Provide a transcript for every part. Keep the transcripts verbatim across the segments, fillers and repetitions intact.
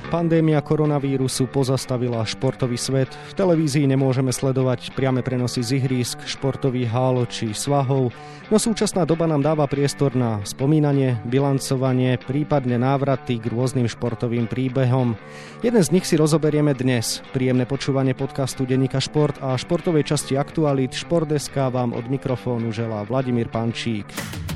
Pandémia koronavírusu pozastavila športový svet. V televízii nemôžeme sledovať priame prenosy z ihrísk, športových hál či svahov, no súčasná doba nám dáva priestor na spomínanie, bilancovanie, prípadne návraty k rôznym športovým príbehom. Jeden z nich si rozoberieme dnes. Príjemné počúvanie podcastu Denníka Šport a športovej časti Aktualít Šport.sk vám od mikrofónu želá Vladimír Pančík.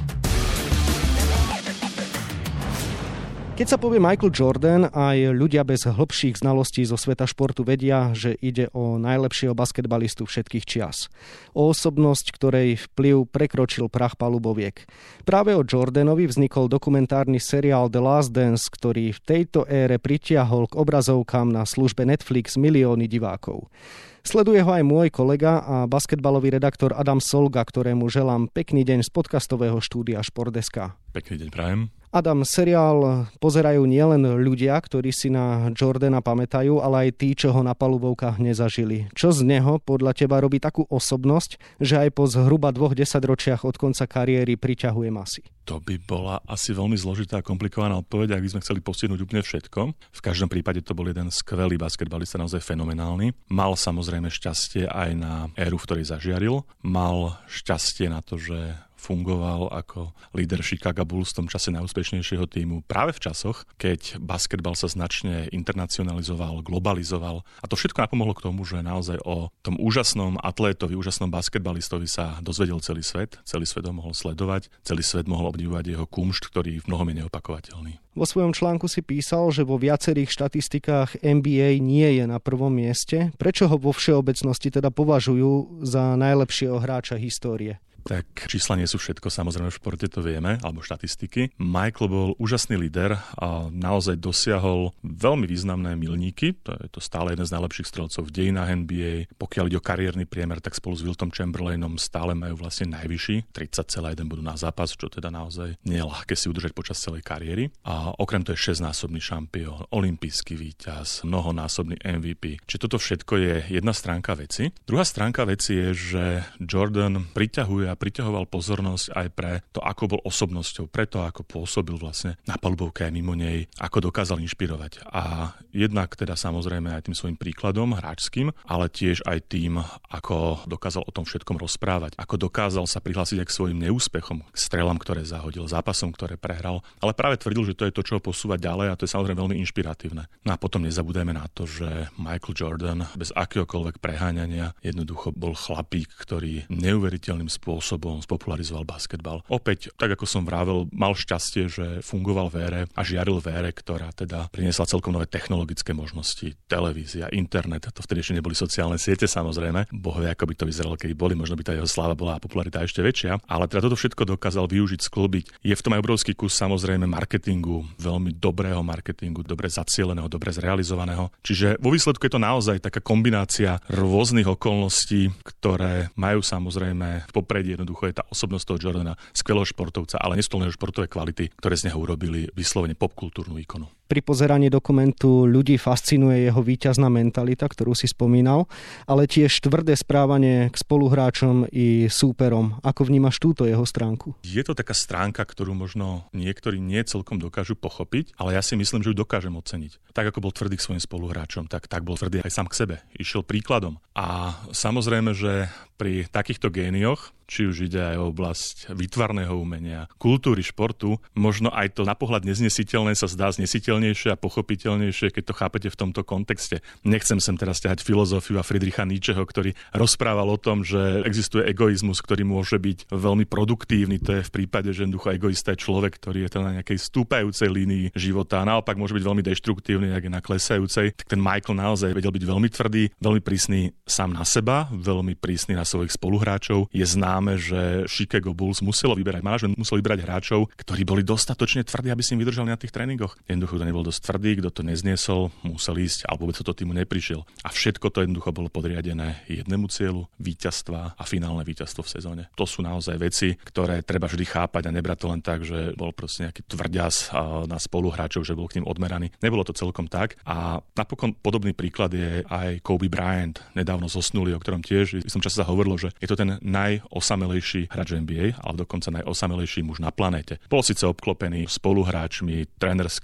Keď sa povie Michael Jordan, aj ľudia bez hlbších znalostí zo sveta športu vedia, že ide o najlepšieho basketbalistu všetkých čias. O osobnosť, ktorej vplyv prekročil prach paluboviek. Práve o Jordanovi vznikol dokumentárny seriál The Last Dance, ktorý v tejto ére pritiahol k obrazovkám na službe Netflix milióny divákov. Sleduje ho aj môj kolega a basketbalový redaktor Adam Solga, ktorému želám pekný deň z podcastového štúdia Šport.sk. Pekný deň prajem. Adam, seriál pozerajú nielen ľudia, ktorí si na Jordana pamätajú, ale aj tí, čo ho na palubovkách nezažili. Čo z neho podľa teba robí takú osobnosť, že aj po zhruba dvoch desaťročiach od konca kariéry priťahuje masy? To by bola asi veľmi zložitá a komplikovaná odpoveď, ak by sme chceli postihnúť úplne všetko. V každom prípade to bol jeden skvelý basketbalista, naozaj fenomenálny. Mal samozrejme šťastie aj na éru, v ktorej zažiaril. Mal šťastie na to, že fungoval ako líder Chicago Bulls v tom čase najúspešnejšieho tímu práve v časoch, keď basketbal sa značne internacionalizoval, globalizoval. A to všetko napomohlo k tomu, že naozaj o tom úžasnom atlétovi, úžasnom basketbalistovi sa dozvedel celý svet. Celý svet ho mohol sledovať, celý svet mohol obdivovať jeho kumšt, ktorý v mnohom je neopakovateľný. Vo svojom článku si písal, že vo viacerých štatistikách N B A nie je na prvom mieste. Prečo ho vo všeobecnosti teda považujú za najlepšieho hráča histórie? Tak čísla nie sú všetko, samozrejme v športe to vieme, alebo štatistiky. Michael bol úžasný líder a naozaj dosiahol veľmi významné milníky. To je to stále jeden z najlepších strelcov v dejinách N B A. Pokiaľ ide o kariérny priemer, tak spolu s Wiltom Chamberlainom stále majú vlastne najvyšší, tridsať celá jeden bodov na zápas, čo teda naozaj nie je ľahké si udržať počas celej kariéry. A okrem toho je šesťnásobný šampión, olympijský víťaz, mnohonásobný M V P. Čiže toto všetko je jedna stránka veci. Druhá stránka veci je, že Jordan priťahuje a priťahoval pozornosť aj pre to, ako bol osobnosťou, pre to, ako pôsobil vlastne na palubovke aj mimo nej, ako dokázal inšpirovať. A jednak teda samozrejme aj tým svojím príkladom hráčským, ale tiež aj tým, ako dokázal o tom všetkom rozprávať, ako dokázal sa prihlásiť aj k svojim neúspechom, k strelám, ktoré zahodil, zápasom, ktoré prehral, ale práve tvrdil, že to je to, čo ho posúva ďalej a to je samozrejme veľmi inšpiratívne. No a potom nezabudajme na to, že Michael Jordan bez akéhokoľvek preháňania jednoducho bol chlapík, ktorý neuveriteľným spôsobom spôsobom spopularizoval basketbal. Opäť, tak ako som vravel, mal šťastie, že fungoval v ére a žiaril v ére, ktorá teda priniesla celkom nové technologické možnosti. Televízia, internet, to vtedy ešte neboli sociálne siete samozrejme. Bohvie, ako by to vyzeralo, keby boli, možno by tá jeho sláva bola a popularita ešte väčšia, ale teda toto všetko dokázal využiť, sklbiť. Je v tom aj obrovský kus samozrejme marketingu, veľmi dobrého marketingu, dobre zacieleného, dobre zrealizovaného. Čiže vo výsledku je to naozaj taká kombinácia rôznych okolností, ktoré majú samozrejme v popredí. Jednoducho je tá osobnosť toho Jordana, skvelého športovca, ale nestolného športové kvality, ktoré z neho urobili vyslovene popkultúrnu ikonu. Pri pozeraní dokumentu ľudí fascinuje jeho víťazná mentalita, ktorú si spomínal, ale tiež tvrdé správanie k spoluhráčom i súperom. Ako vnímaš túto jeho stránku? Je to taká stránka, ktorú možno niektorí nie celkom dokážu pochopiť, ale ja si myslím, že ju dokážem oceniť. Tak ako bol tvrdý k svojim spoluhráčom, tak, tak bol tvrdý aj sám k sebe. Išiel príkladom. A samozrejme, že pri takýchto génioch, či už ide aj o oblasť výtvarného umenia, kultúry, športu, možno aj to na pohľad neznesiteľné sa zdá znesiteľnejšie a pochopiteľnejšie, keď to chápete v tomto kontexte. Nechcem sem teraz ťahať filozofiu a Friedricha Nietzscheho, ktorý rozprával o tom, že existuje egoizmus, ktorý môže byť veľmi produktívny. To je v prípade, že jednoducho egoista je človek, ktorý je na nejakej stúpajúcej línii života a naopak môže byť veľmi deštruktívny, ak je na klesajúcej. Tak ten Michael naozaj vedel byť veľmi tvrdý, veľmi prísny sám na seba, veľmi prísny na svojich spoluhráčov. Je známe, že Chicago Bulls muselo vyberať, manažment musel vyberať hráčov, ktorí boli dostatočne tvrdí, aby si im vydržali na tých tréningoch. Jednoducho, kto nebol dosť tvrdý, kto to nezniesol, musel ísť, alebo vôbec to týmu neprišiel. A všetko to jednoducho bolo podriadené jednému cieľu, víťazstva a finálne víťazstvo v sezóne. To sú naozaj veci, ktoré treba vždy chápať a nebrať to len tak, že bol proste nejaký tvrďas na spoluhráčov, že bol k ním odmeraný. Nebolo to celkom tak. A napokon podobný príklad je aj Kobe Bryant, nedávno zosnulý, o ktorom tiež v istom čase sa hovorilo, že je to ten najosamelejší hráč N B A, ale dokonca najosamelejší muž na planéte. Bol síce obklopený spoluhráčmi, trénerským štábom,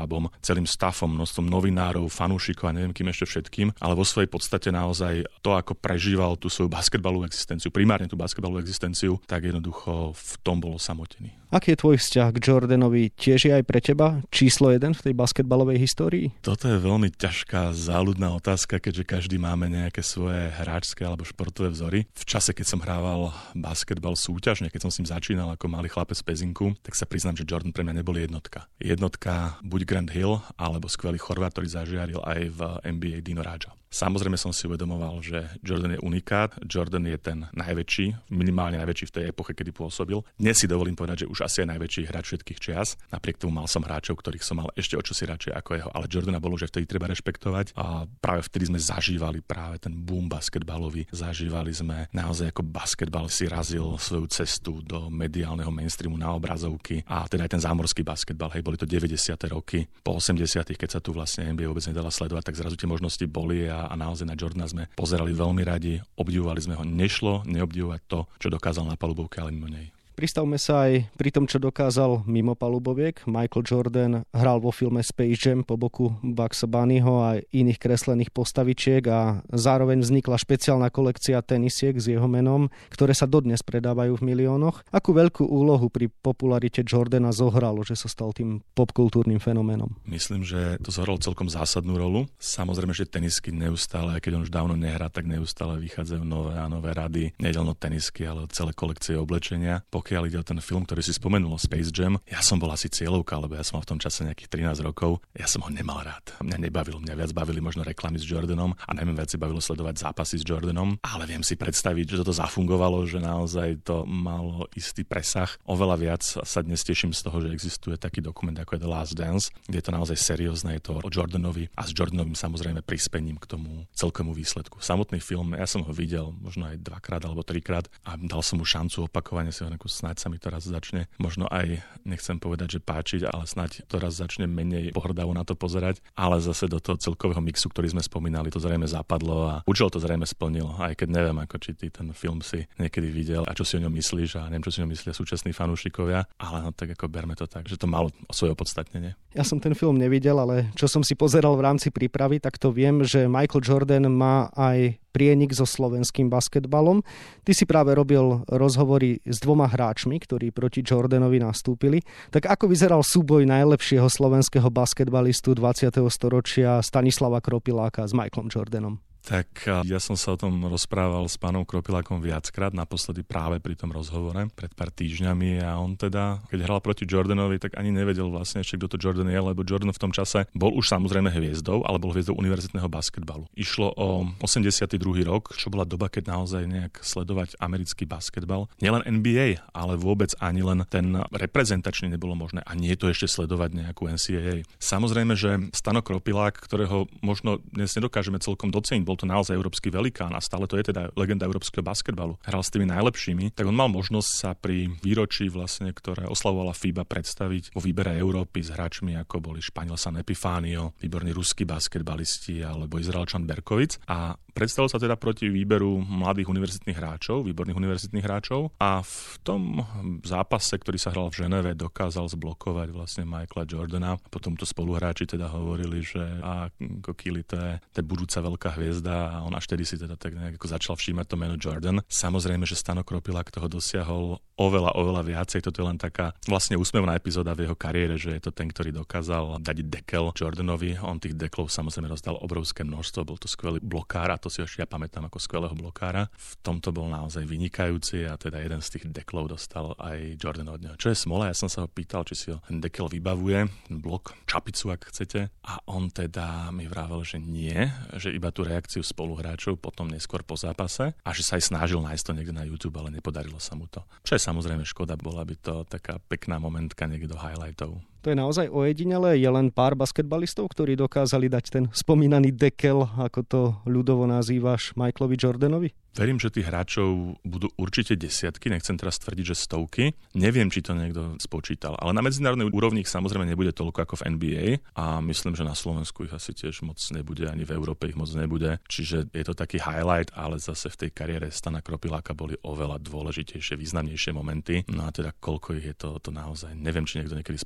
štábom, celým staffom, množstvom novinárov, fanúšikov a neviem kým ešte všetkým, ale vo svojej podstate naozaj to, ako prežíval tú svoju basketbalovú existenciu, primárne tú basketbalovú existenciu, tak jednoducho v tom bol osamotený. Aký je tvoj vzťah k Jordanovi? Tiež je aj pre teba číslo jeden v tej basketbalovej histórii? Toto je veľmi ťažká, záľudná otázka, keďže každý máme nejaké svoje hráčske alebo športové vzory. V čase, keď som hrával basketbal súťažne, keď som s ním začínal ako malý chlapec z Pezinku, tak sa priznám, že Jordan pre mňa nebol jednotka. Jednotka buď Grant Hill, alebo skvelý Chorvát, ktorý zažiaril aj v en bí ej Dino Radja. Samozrejme som si uvedomoval, že Jordan je unikát, Jordan je ten najväčší, minimálne najväčší v tej epoche, kedy pôsobil. Dnes si dovolím povedať, že už asi je najväčší hráč všetkých čias. Napriek tomu mal som hráčov, ktorých som mal ešte o čosi radšej ako jeho, ale Jordana bolo, že vtedy treba rešpektovať a práve vtedy sme zažívali práve ten boom basketbalový. Zažívali sme naozaj ako basketbal si razil svoju cestu do mediálneho mainstreamu na obrazovky a teda aj ten zámorský basketbal. Hej, boli to deväťdesiate roky, po osemdesiatych, keď sa tu vlastne en bí ej vôbec nedala sledovať, tak zrazu tie možnosti boli a a naozaj na Jordana sme pozerali veľmi radi, obdivovali sme ho. Nešlo neobdivovať to, čo dokázal na palubovke, ale mimo nej. Pristavme sa aj pri tom, čo dokázal mimo paluboviek. Michael Jordan hral vo filme Space Jam po boku Bugsa Bunnyho a iných kreslených postavičiek a zároveň vznikla špeciálna kolekcia tenisiek s jeho menom, ktoré sa dodnes predávajú v miliónoch. Akú veľkú úlohu pri popularite Jordana zohralo, že sa stal tým popkultúrnym fenoménom? Myslím, že to zohralo celkom zásadnú rolu. Samozrejme, že tenisky neustále, aj keď on už dávno nehrá, tak neustále vychádzajú nové a nové rady. Nedelno tenisky, ale celé kolekcie oblečenia. Pokiaľ ide o ten film, ktorý si spomenul, Space Jam, ja som bol asi cieľovka, lebo ja som mal v tom čase nejakých trinásť rokov. Ja som ho nemal rád. Mňa nebavilo, mňa viac bavili možno reklamy s Jordanom a najmä viac si bavilo sledovať zápasy s Jordanom, ale viem si predstaviť, že toto zafungovalo, že naozaj to malo istý presah. Oveľa viac sa dnes teším z toho, že existuje taký dokument ako je The Last Dance, kde je to naozaj seriózne, je to o Jordanovi a s Jordanovým samozrejme prispením k tomu celkomu výsledku. Samotný film, ja som ho videl možno aj dvakrát alebo trikrát a dal som mu šancu opakovane si ho nejakú snáď sa mi to raz začne, možno aj, nechcem povedať, že páčiť, ale snáď to raz začne menej pohrdavo na to pozerať, ale zase do toho celkového mixu, ktorý sme spomínali, to zrejme zapadlo a účel to zrejme splnilo, aj keď neviem, ako či ty ten film si niekedy videl a čo si o ňom myslíš a neviem, čo si o ňom myslia súčasní fanúšikovia, ale no tak ako berme to tak, že to malo svoje opodstatnenie. Ja som ten film nevidel, ale čo som si pozeral v rámci prípravy, tak to viem, že Michael Jordan má aj prienik so slovenským basketbalom. Ty si práve robil rozhovory s dvoma hráčmi, ktorí proti Jordanovi nastúpili. Tak ako vyzeral súboj najlepšieho slovenského basketbalistu dvadsiateho storočia Stanislava Kropiláka s Michaelom Jordanom? Tak ja som sa o tom rozprával s pánom Kropilákom viackrát, naposledy práve pri tom rozhovore pred pár týždňami a on teda, keď hral proti Jordanovi, tak ani nevedel vlastne ešte, kto to Jordan je, lebo Jordan v tom čase bol už samozrejme hviezdou, ale bol hviezdou univerzitného basketbalu. Išlo o osemdesiaty druhý rok, čo bola doba, keď naozaj nejak sledovať americký basketbal. Nielen en bí ej, ale vôbec ani len ten reprezentačný nebolo možné a nie to ešte sledovať nejakú en sí á á. Samozrejme, že Stano Kropilák, ktorého možno dnes nedokážeme celkom doceniť, bol to naozaj európsky velikán a stále to je teda legenda európskeho basketbalu. Hral s tými najlepšími, tak on mal možnosť sa pri výročí vlastne, ktoré oslavovala FIBA, predstaviť vo výbere Európy s hráčmi ako boli Španiel San Epifánio, výborní ruskí basketbalisti alebo Izraelčan Berkovic a predstavil sa teda proti výberu mladých univerzitných hráčov, výborných univerzitných hráčov a v tom zápase, ktorý sa hral v Ženeve, dokázal zblokovať vlastne Michaela Jordana. Potom to spoluhráči teda hovorili, že a Kokili to je, to je budúca veľká hviezda a on až tedy si teda tak nejak ako začal všímať to meno Jordan. Samozrejme, že Stano Kropilák toho dosiahol oveľa, oveľa viacej. Toto je len taká vlastne úsmevná epizóda v jeho kariére, že je to ten, ktorý dokázal dať dekel Jordanovi. On tých deklov samozrejme rozdal obrovské množstvo. Bol to skvelý blokár a to si ešte ja pamätám ako skvelého blokára. V tomto bol naozaj vynikajúci a teda jeden z tých deklov dostal aj Jordan od neho. Čo je smola, ja som sa ho pýtal, či si ho ten dekel vybavuje, ten blok, čapicu, ak chcete. A on teda mi vravel, že nie, že iba tú reakciu spoluhráčov potom neskôr po zápase a že sa aj snažil nájsť to niekde na YouTube, ale nepodarilo sa mu to. Čo je samozrejme škoda, bola by to taká pekná momentka niekde do highlightov. To je naozaj ojedinelé, je len pár basketbalistov, ktorí dokázali dať ten spomínaný dekel, ako to ľudovo nazývaš, Michaelovi Jordanovi? Verím, že tých hráčov budú určite desiatky, nechcem teraz tvrdiť, že stovky. Neviem, či to niekto spočítal, ale na medzinárodnej úrovni ich samozrejme nebude toľko ako v en bí ej a myslím, že na Slovensku ich asi tiež moc nebude, ani v Európe ich moc nebude. Čiže je to taký highlight, ale zase v tej kariére Stana Kropiláka boli oveľa dôležitejšie, významnejšie momenty. No a teda koľko ich je to, to naozaj neviem, či niekto niekedy spočítal.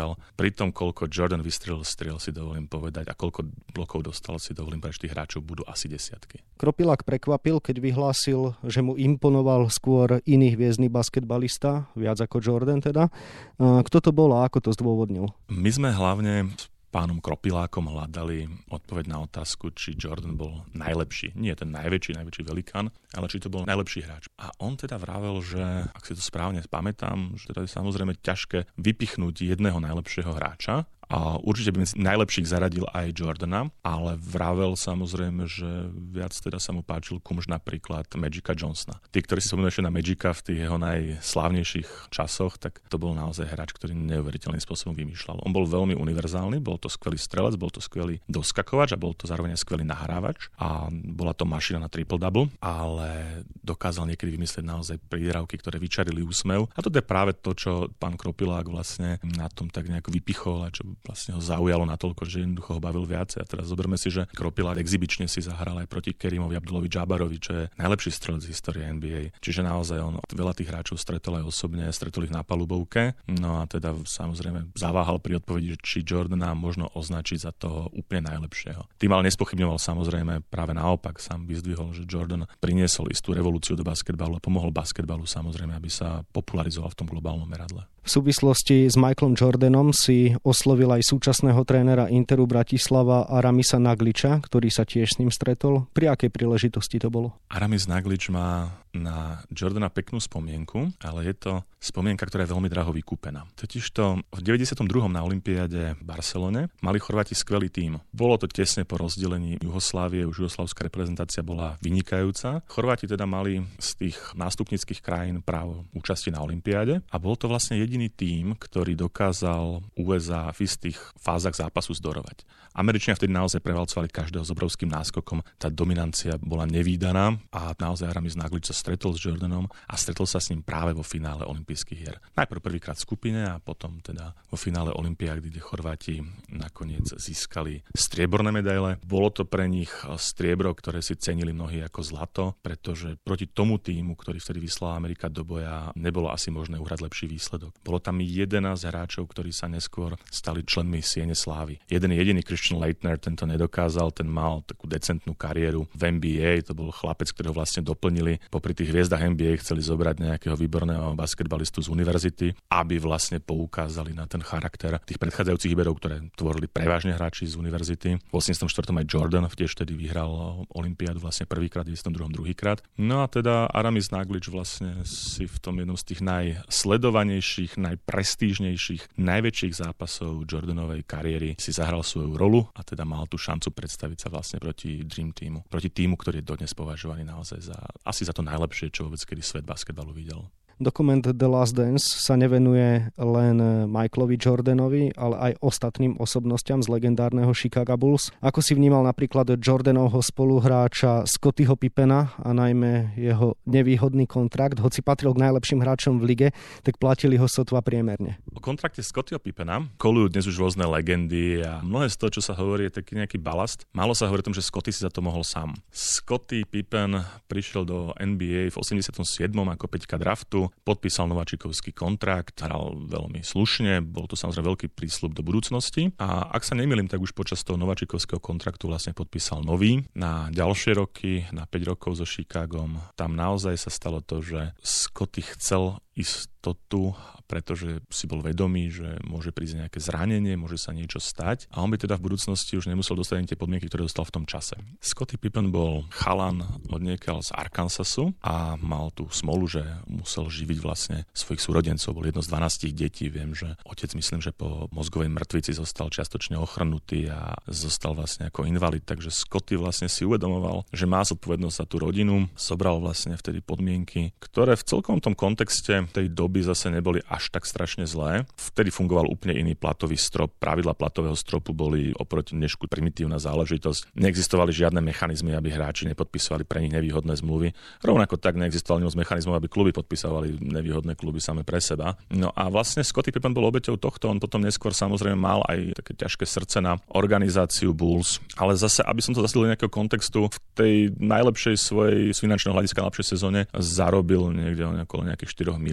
povedal. Pri tom, koľko Jordan vystrelil striel, si dovolím povedať, a koľko blokov dostal, si dovolím povedať, že tých hráčov budú asi desiatky. Kropilák prekvapil, keď vyhlásil, že mu imponoval skôr iný hviezdny basketbalista, viac ako Jordan teda. Kto to bol a ako to zdôvodnil? My sme hlavne pánom Kropilákom hľadali odpoveď na otázku, či Jordan bol najlepší. Nie ten najväčší, najväčší velikán, ale či to bol najlepší hráč. A on teda vravel, že, ak si to správne pamätám, že teda je samozrejme ťažké vypichnúť jedného najlepšieho hráča, a určite by medzi najlepších zaradil aj Jordana, ale vravel samozrejme, že viac teda sa mu páčil kumž napríklad Magica Johnsona. Tí, ktorí si spomínajú ešte na Magica v tých jeho najslávnejších časoch, tak to bol naozaj hráč, ktorý neuveriteľným spôsobom vymýšľal. On bol veľmi univerzálny, bol to skvelý strelec, bol to skvelý doskakovač a bol to zároveň skvelý nahrávač a bola to mašina na triple-double, ale dokázal niekedy vymyslieť naozaj prídravky, ktoré vyčarili úsmev. A to je práve to, čo pán Kropilák vlastne na tom tak nejak vypichol a čo vlastne ho zaujalo natoľko, že jednoducho ho bavil viacej. A teraz zoberme si, že Kropilák exibične si zahral aj proti Kerimovi Abdulovi Jabbarovi, čo je najlepší strelec z histórie en bí ej. Čiže naozaj on veľa tých hráčov stretol aj osobne, stretol ich na palubovke. No a teda samozrejme zaváhal pri odpovedi, či Jordana možno označiť za toho úplne najlepšieho. Tým ale nespochybňoval samozrejme, práve naopak sám vyzdvihol, že Jordan priniesol istú revolúciu do basketbalu a pomohol basketbalu samozrejme, aby sa popularizoval v tom globálnom meradle. V súvislosti s Michaelom Jordanom si oslovil aj súčasného trénera Interu Bratislava Aramisa Nagliča, ktorý sa tiež s ním stretol. Pri akej príležitosti to bolo? Aramis Naglič má na Jordana peknú spomienku, ale je to spomienka, ktorá je veľmi draho vykúpená. Totižto v deväťdesiatom druhom na olympiáde v Barcelone mali Chorváti skvelý tím. Bolo to tesne po rozdelení Juhoslávie, už juhoslávska reprezentácia bola vynikajúca. Chorváti teda mali z tých nástupnických krajín právo účasti na olympiáde a bol to vlastne jediný tím, ktorý dokázal ú es á v istých fázach zápasu zdorovať. Američania vtedy naozaj prevalcovali každého s obrovským náskokom. Tá dominancia bola nevídaná a naozaj Aramis Naglič sa stretol s Jordanom a stretol sa s ním práve vo finále olympijských hier. Najprv prvýkrát v skupine a potom teda vo finále olympiády, kde Chorváti nakoniec získali strieborné medaile. Bolo to pre nich striebro, ktoré si cenili mnohí ako zlato, pretože proti tomu tímu, ktorý vtedy vyslala Amerika do boja, nebolo asi možné uhrať lepší výsledok. Bolo tam jedenásť hráčov, ktorí sa neskôr stali členmi Siene slávy. Jeden jediný Christian Laettner, ten to nedokázal, ten mal takú decentnú kariéru v en bí ej, to bol chlapec, ktorého vlastne doplnili. Popri tých hviezdach en bí ej chceli zobrať nejakého výborného basketbalistu z univerzity, aby vlastne poukázali na ten charakter tých predchádzajúcich výberov, ktoré tvorili prevažne hráči z univerzity. V osemdesiatom štvrtom aj Jordan tiež vtedy vyhral olympiádu vlastne prvýkrát, v deväťdesiatom druhom druhýkrát. No a teda Aramis Naglič vlastne si v tom jednom z tých najsledovanejších, najprestížnejších, najväčších zápasov Jordanovej kariéry si zahral svoju rolu a teda mal tú šancu predstaviť sa vlastne proti Dream Teamu. Proti týmu, ktorý je dodnes považovaný naozaj za asi za to najlepšie, čo vôbec kedy svet basketbalu videl. Dokument The Last Dance sa nevenuje len Michaelovi Jordanovi, ale aj ostatným osobnostiam z legendárneho Chicago Bulls. Ako si vnímal napríklad Jordanovho spoluhráča Scottyho Pippena a najmä jeho nevýhodný kontrakt, hoci patril k najlepším hráčom v lige, tak platili ho sotva priemerne. O kontrakte Scottyho Pippena kolujú dnes už rôzne legendy a mnohé z toho, čo sa hovorí, je taký nejaký balast. Málo sa hovorí o tom, že Scotty si za to mohol sám. Scotty Pippen prišiel do en bí ej v osemdesiatom siedmom ako peťka draftu, podpísal nováčikovský kontrakt, hral veľmi slušne, bol to samozrejme veľký prísľub do budúcnosti a ak sa nemýlim, tak už počas toho nováčikovského kontraktu vlastne podpísal nový na ďalšie roky, na päť rokov so Chicagom. Tam naozaj sa stalo to, že Scotty chcel istotu, pretože si bol vedomý, že môže prísť nejaké zranenie, môže sa niečo stať a on by teda v budúcnosti už nemusel dostať ani tie podmienky, ktoré dostal v tom čase. Scotty Pippen bol chalan odniekiaľ z Arkansasu a mal tú smolu, že musel živiť vlastne svojich súrodencov. Bol jedno z dvanástich detí. Viem, že otec, myslím, že po mozgovej mŕtvici zostal čiastočne ochrnutý a zostal vlastne ako invalid, takže Scotty vlastne si uvedomoval, že má zodpovednosť za tú rodinu, zobral vlastne vtedy podmienky, ktoré v celkom tom kontexte tej doby zase neboli až tak strašne zlé. Vtedy fungoval úplne iný platový strop. Pravidlá platového stropu boli oproti dnešku primitívna záležitosť. Neexistovali žiadne mechanizmy, aby hráči nepodpisovali pre nich nevýhodné zmluvy. Rovnako tak neexistovali moc mechanizmov, aby kluby podpisovali nevýhodné kluby same pre seba. No a vlastne Scotty Pippen bol obeťou tohto. On potom neskôr samozrejme mal aj také ťažké srdce na organizáciu Bulls. Ale zase, aby som to zasadil do nejakého kontextu, v tej najlepšej svojej z finančného hľadiska najlepšej sezóne zarobil niekde okolo nejakých štyroch miliónov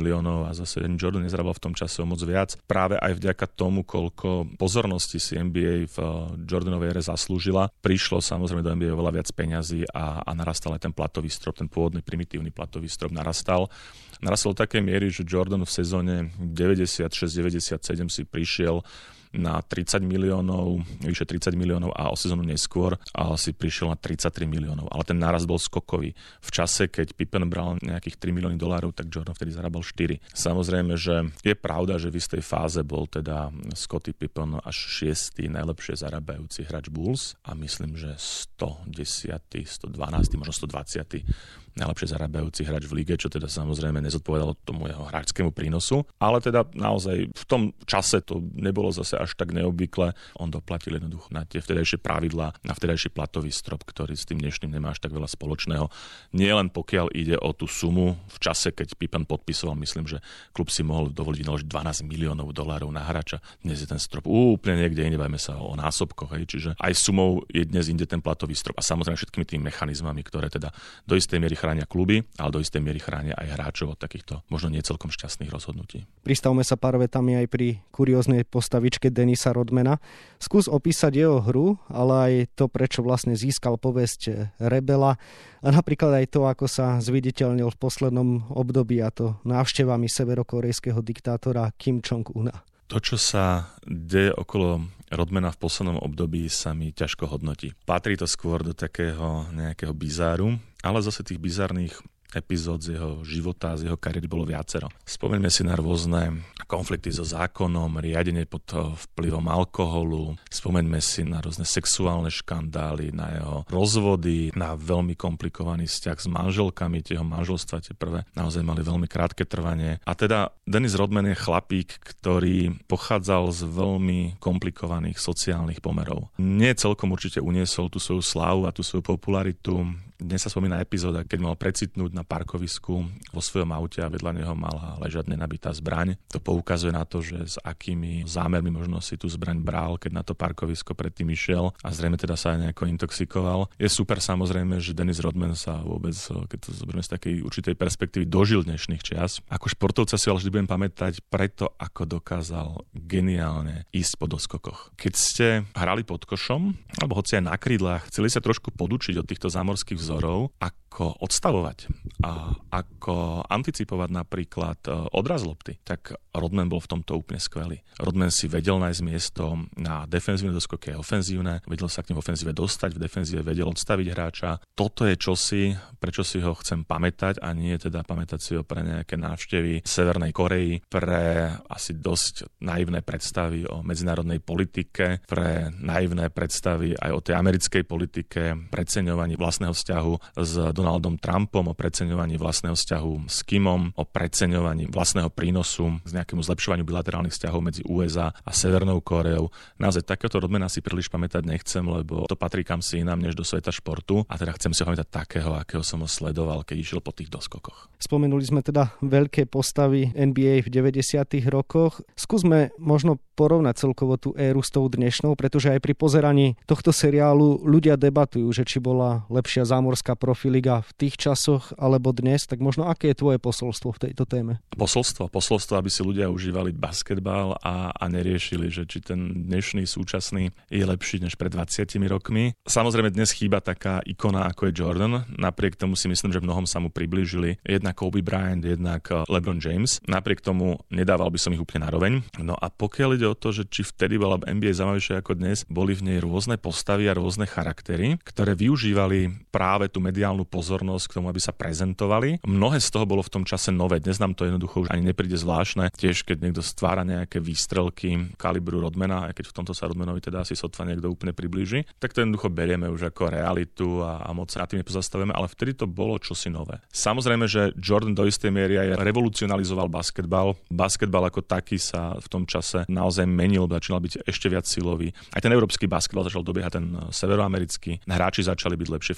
miliónov a zase Jordan nezarábal v tom čase o moc viac. Práve aj vďaka tomu, koľko pozornosti si N B A v Jordanovej ére zaslúžila, prišlo samozrejme do N B A oveľa viac peňazí a, a narastal aj ten platový strop, ten pôvodný primitívny platový strop narastal. Narastal do takej miery, že Jordan v sezóne deväťdesiatšesť deväťdesiatsedem si prišiel na tridsať miliónov, vyše tridsať miliónov a o sezónu neskôr a si prišiel na tridsaťtri miliónov. Ale ten nárast bol skokový. V čase, keď Pippen bral nejakých tri milióny dolárov, tak Jordan vtedy zarábal štyri. Samozrejme, že je pravda, že v istej fáze bol teda Scottie Pippen až šiestý najlepšie zarábajúci hráč Bulls a myslím, že stodesiaty, stodvanásty, možno stodvadsiaty najlepšie zarábajúci hráč v lige, čo teda samozrejme nezodpovedalo tomu jeho hráčskému prínosu. Ale teda naozaj v tom čase to nebolo zase až tak neobvykle. On doplatil jednoducho na tie vtedajšie pravidlá, na vtedajší platový strop, ktorý s tým dnešným nemá až tak veľa spoločného. Nie len pokiaľ ide o tú sumu, v čase, keď Pippen podpisoval, myslím, že klub si mohol dovoliť vynaložiť dvanásť miliónov dolárov na hráča. Dnes je ten strop úplne niekde, nebajme sa o násobkoch, hej. Čiže aj sumou je dnes inde ten platový strop a samozrejme všetkými tými mechanizmami, ktoré teda do istej miery chránia kluby, ale do istej miery chránia aj hráčov od takýchto možno nie celkom šťastných rozhodnutí. Pristavme sa pár vetami aj pri kurióznej postavičke Dennisa Rodmana. Skús opísať jeho hru, ale aj to, prečo vlastne získal povesť rebela a napríklad aj to, ako sa zviditeľnil v poslednom období, a to návštevami severokorejského diktátora Kim Jong-una. To, čo sa deje okolo Rodmana v poslednom období, sa mi ťažko hodnotí. Patrí to skôr do takého nejakého bizáru, ale zase tých bizárnych epizód z jeho života, z jeho kariéry bolo viacero. Spomeňme si na rôzne konflikty so zákonom, riadenie pod vplyvom alkoholu, spomeňme si na rôzne sexuálne škandály, na jeho rozvody, na veľmi komplikovaný vzťah s manželkami, tie jeho manželstva tie prvé naozaj mali veľmi krátke trvanie. A teda Dennis Rodman je chlapík, ktorý pochádzal z veľmi komplikovaných sociálnych pomerov. Nie celkom určite uniesol tú svoju slávu a tú svoju popularitu. Dnes sa spomína epizóda, keď mal precitnúť na parkovisku vo svojom aute a vedľa neho mala ležať nenabitá zbraň. To poukazuje na to, že s akými zámermi možno si tú zbraň bral, keď na to parkovisko predtým išiel a zrejme teda sa aj nejako intoxikoval. Je super samozrejme, že Dennis Rodman sa vôbec, keď to zoberieme z takej určitej perspektívy, dožil dnešných čias. Ako športovca si ale vždy budem pamätať preto, ako dokázal geniálne ísť po doskokoch. Keď ste hrali pod košom, alebo hoci aj na krídlach, chceli sa trošku podučiť od týchto zámorských vzorov, ako odstavovať a ako anticipovať napríklad odraz lopty, tak Rodman bol v tomto úplne skvelý. Rodman si vedel nájsť miesto na defenzívne doskoky a ofenzívne, vedel sa k nim v ofenzíve dostať, v defenzíve vedel odstaviť hráča. Toto je čosi, prečo si ho chcem pamätať a nie teda pamätať si ho pre nejaké návštevy Severnej Korei, pre asi dosť naivné predstavy o medzinárodnej politike, pre naivné predstavy aj o tej americkej politike, preceňovaní vlastného vzťahu s Donaldom Trumpom, o preceňovaní vlastného vzťahu s Kimom, o preceňovaní vlastného prínosu k nejakému zlepšovaniu bilaterálnych vzťahov medzi U S A a Severnou Kóreou. Naozaj takéto Rodmana si príliš pamätať nechcem, lebo to patrí kam si inám než do sveta športu a teda chcem si ho pamätať takého, akého som ho sledoval, keď išiel po tých doskokoch. Spomenuli sme teda veľké postavy N B A v deväťdesiatych rokoch. Skúsme možno porovnať celkovo tú éru s tou dnešnou, pretože aj pri pozeraní tohto seriálu ľudia debatujú, že či bola lepšia zámorská profiliga v tých časoch alebo dnes, tak možno aké je tvoje posolstvo v tejto téme? Posolstvo, posolstvo, aby si ľudia užívali basketbal a, a neriešili, že či ten dnešný súčasný je lepší než pred dvadsiatimi rokmi. Samozrejme dnes chýba taká ikona ako je Jordan, napriek tomu si myslím, že mnohom sa mu priblížili jednak Kobe Bryant, jednak LeBron James. Napriek tomu nedával by som ich úplne naroveň. No a pokiaľ ide o to, že či vtedy bola N B A zaujímavejšia ako dnes, boli v nej rôzne postavy a rôzne charaktery, ktoré využívali práve tú mediálnu pozornosť k tomu, aby sa prezentovali. Mnohé z toho bolo v tom čase nové. Dnes nám to jednoducho už ani nepríde zvláštne. Tiež keď niekto stvára nejaké výstrelky kalibru Rodmana, aj keď v tomto sa Rodmanovi teda asi sotva niekto úplne priblíži, tak to jednoducho berieme už ako realitu a, a moc na tým nepozastavujeme, ale vtedy to bolo čosi nové. Samozrejme, že Jordan do istej miery aj revolucionalizoval basketbal. Basketbal ako taký sa v tom čase naozaj menil, začínal byť ešte viac silový. Aj ten európsky basketbal začal dobiehať ten severoamerický. Hráči začali byť lepšie fyzicky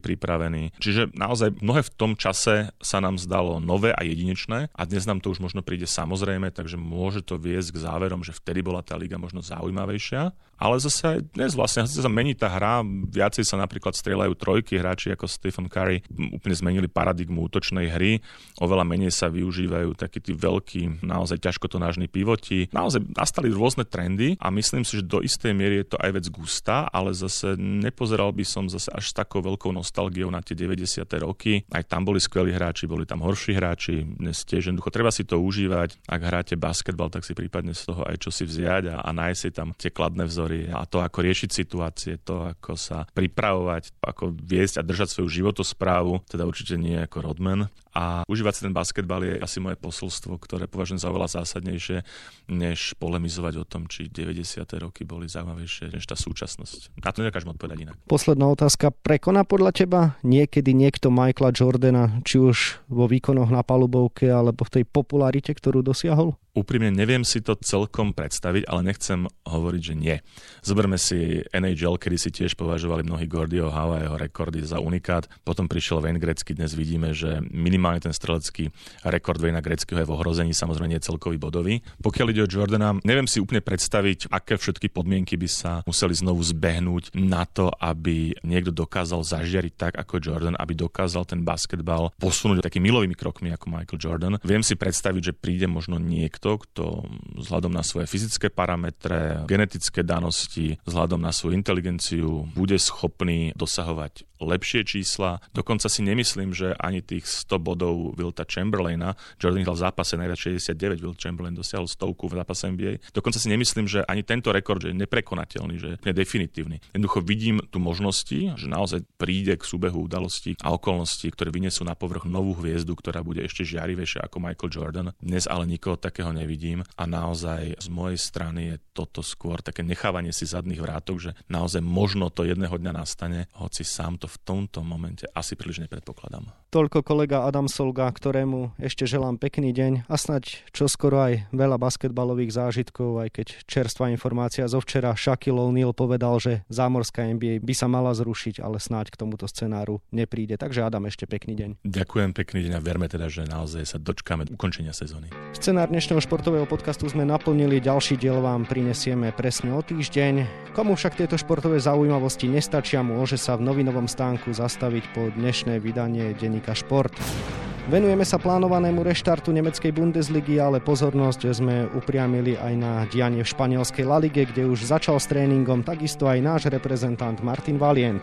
pripravení. Čiže naozaj mnohé v tom čase sa nám zdalo nové a jedinečné a dnes nám to už možno príde samozrejme, takže môže to viesť k záverom, že vtedy bola tá liga možno zaujímavejšia. Ale zase aj dnes vlastne sa mení tá hra, viacej sa napríklad strieľajú trojky, hráči ako Stephen Curry úplne zmenili paradigmu útočnej hry, oveľa menej sa využívajú takí tí veľkí, naozaj ťažkotonážni pivoti. Naozaj nastali rôzne trendy a myslím si, že do istej miery je to aj vec gustá, ale zase nepozeral by som zase až s takou veľkou nostalgiou na tie deväťdesiate roky. Aj tam boli skvelí hráči, boli tam horší hráči, dnes tiež jednoducho treba si to užívať. Ak hráte basketbal, tak si prípadne z toho aj čo si vziať a, a nájsť si tam tie kladné vzory a to, ako riešiť situácie, to, ako sa pripravovať, ako viesť a držať svoju životosprávu, teda určite nie ako Rodman. A užívať si ten basketbal je asi moje posolstvo, ktoré považujem za oveľa zásadnejšie, než polemizovať o tom, či deväťdesiate roky boli zaujímavejšie než tá súčasnosť. Na to nedokážem odpovedať inak. Posledná otázka. Prekoná podľa teba niekedy niekto Michaela Jordana, či už vo výkonoch na palubovke, alebo v tej popularite, ktorú dosiahol? Úprimne neviem si to celkom predstaviť, ale nechcem hovoriť, že nie. Zoberme si en há el, kedy si tiež považovali mnohí Gordieho Howe a jeho rekordy za unikát. Potom prišiel Wayne Gretzky, dnes vidíme, že minimálne ten strelecký rekord Wayna Gretzkyho je v ohrození, samozrejme nie celkový bodový. Pokiaľ ide o Jordana, neviem si úplne predstaviť, aké všetky podmienky by sa museli znovu zbehnúť na to, aby niekto dokázal zažiariť tak ako Jordan, aby dokázal ten basketbal posunúť takými milovými krokmi ako Michael Jordan. Viem si predstaviť, že príde možno niekto, kto vzhľadom na svoje fyzické parametre, genetické danosti, vzhľadom na svoju inteligenciu bude schopný dosahovať lepšie čísla. Dokonca si nemyslím, že ani tých sto bodov Wilta Chamberlaina, Jordan dal v zápase najviac šesťdesiatdeväť, Wilt Chamberlain dosiahol stovku v zápase en bí ej. Dokonca si nemyslím, že ani tento rekord že je neprekonateľný, že je definitívny. Jednoducho vidím tu možnosti, že naozaj príde k súbehu udalostí a okolností, ktoré vyniesú na povrch novú hviezdu, ktorá bude ešte žiarivejšia ako Michael Jordan. Dnes ale nikoho takého nevidím a naozaj z mojej strany je toto skôr také nechávanie si zadných vrátok, že naozaj možno to jedného dňa nastane, hoci sám to v tomto momente asi príliš nepredpokladám. Toľko kolega Adam Solga, ktorému ešte želám pekný deň a snáď čoskoro aj veľa basketbalových zážitkov, aj keď čerstvá informácia zo včera Shaquille O'Neal povedal, že zámorská en bí ej by sa mala zrušiť, ale snáď k tomuto scenáru nepríde. Takže Adam, ešte pekný deň. Ďakujem, pekný deň a verme teda, že naozaj sa dočkáme ukončenia sezóny. Scenár dnešného športového podcastu sme naplnili, ďalší diel vám prinesieme presne o týždeň. Komu však tieto športové zaujímavosti nestačia, môže sa v novinovom stánku zastaviť po dnešné vydanie denníka Šport. Venujeme sa plánovanému reštartu nemeckej Bundesligy, ale pozornosť sme upriamili aj na dianie v španielskej La Lige, kde už začal s tréningom takisto aj náš reprezentant Martin Valient.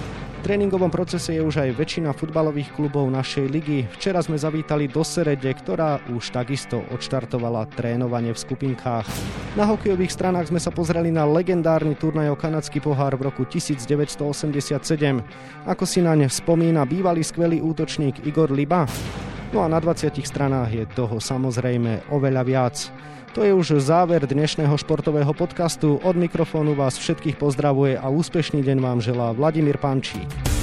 V tréningovom procese je už aj väčšina futbalových klubov našej ligy. Včera sme zavítali do Serede, ktorá už takisto odštartovala trénovanie v skupinkách. Na hokejových stranách sme sa pozreli na legendárny turnaj o kanadský pohár v roku devätnásťstoosemdesiatsedem. Ako si naň spomína bývalý skvelý útočník Igor Liba? No a na dvadsiatich stranách je toho samozrejme oveľa viac. To je už záver dnešného športového podcastu. Od mikrofónu vás všetkých pozdravuje a úspešný deň vám želá Vladimír Pančík.